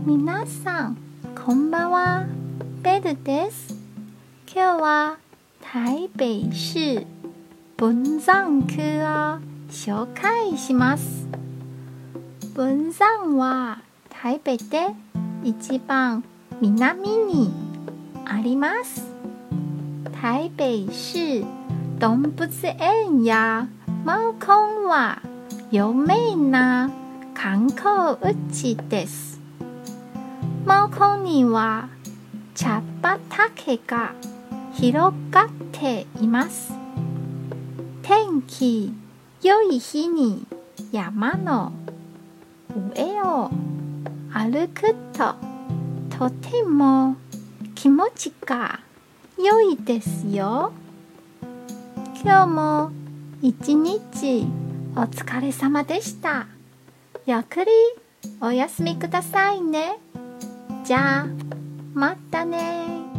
みなさん、こんばんは。ベルです。今日は台北市文山区を紹介します。文山は台北で一番南にあります。台北市動物園や猫空は有名な観光地です。猫空には茶畑が広がっています。天気良い日に山の上を歩くととても気持ちが良いですよ。今日も一日お疲れ様でした。ゆっくりお休みくださいね。じゃあ、またね。